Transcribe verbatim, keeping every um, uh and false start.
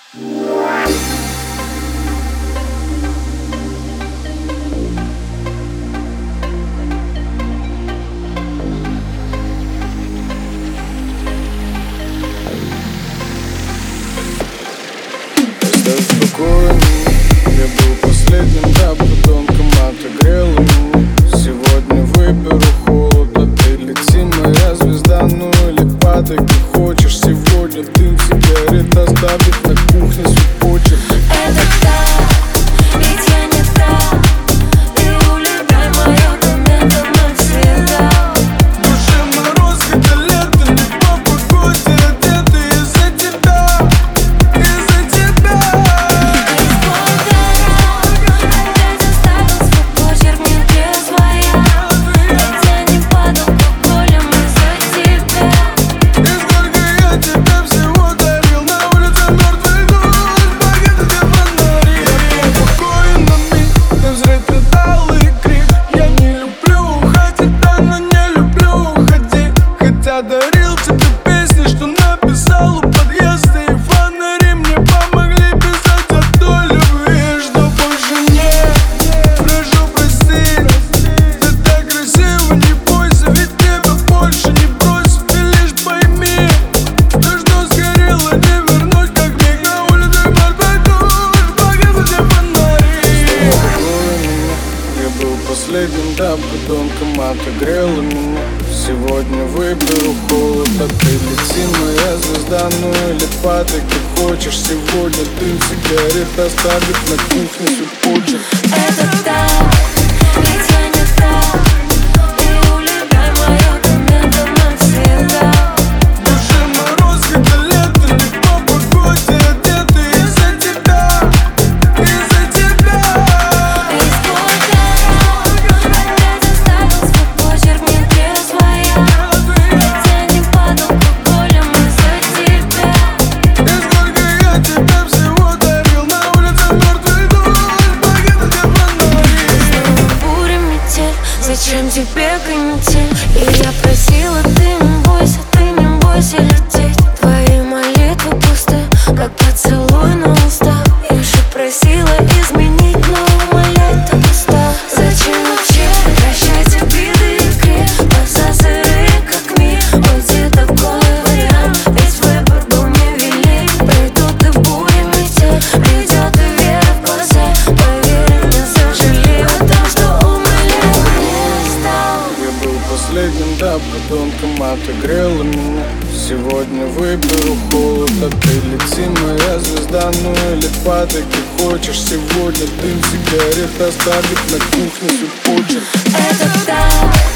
Спокойно, я был последним, да, подонком отогрела меня. Сегодня выберу холод, а ты лети, моя звезда. Ну или падай, как хочешь. Сегодня дым сигарет оставит на кухне свой почерк. Это так, ведь я не та. Ты улетай моё комета навсегда. В душе мороз, это лето, не по погоде одеты из-за тебя, из-за тебя. Дарил тебе песни, что написал у подъезда, и фонари мне помогли писать о той любви, что больше нет. Прошу прости, ты так красива, не бойся, ведь тебя больше не бросит. Ты лишь пойми, то, что сгорело, не вернуть, как миг на улице мертвый душ, погасите фонари. Успокой меня, я был последним, да, подонком отогрела меня. Сегодня выберу холод, а ты лети, моя звезда. Ну или падай, как хочешь. Сегодня дым сигарет оставит на кухне свой почерк. Это так, ведь я не та. Ты улетай моё комета навсегда. В душе мороз, это лето, не по погоде одеты из-за тебя, из-за тебя. Весь твой дорог опять оставил свой почерк мне трезвая. Ведь я не под алкоголем из-за тебя. И сколько я тебе всего дарил, на улице мертвый душ, погасите фонари. Буря, метель, зачем тебе канитель? И я просила, ты не бойся, ты не бойся лететь. Твои молитвы пусты, как поцелуй на устах. Я же просила изменить, но умолять так устал. Зачем вообще прощать обиды и крик? Глаза сырые, как мир, уйди такой вариант. Ведь выбор был невелик. Придут и буря, метель, придет и вера в глаза. Поверь, не сожалею о том, что умолять не стал. Я был последним, да, подонком отогрела меня. Сегодня выберу холод, а ты лети, моя звезда. Ну или падай, как хочешь. Сегодня дым сигарет оставит на кухне свой почерк. Это так.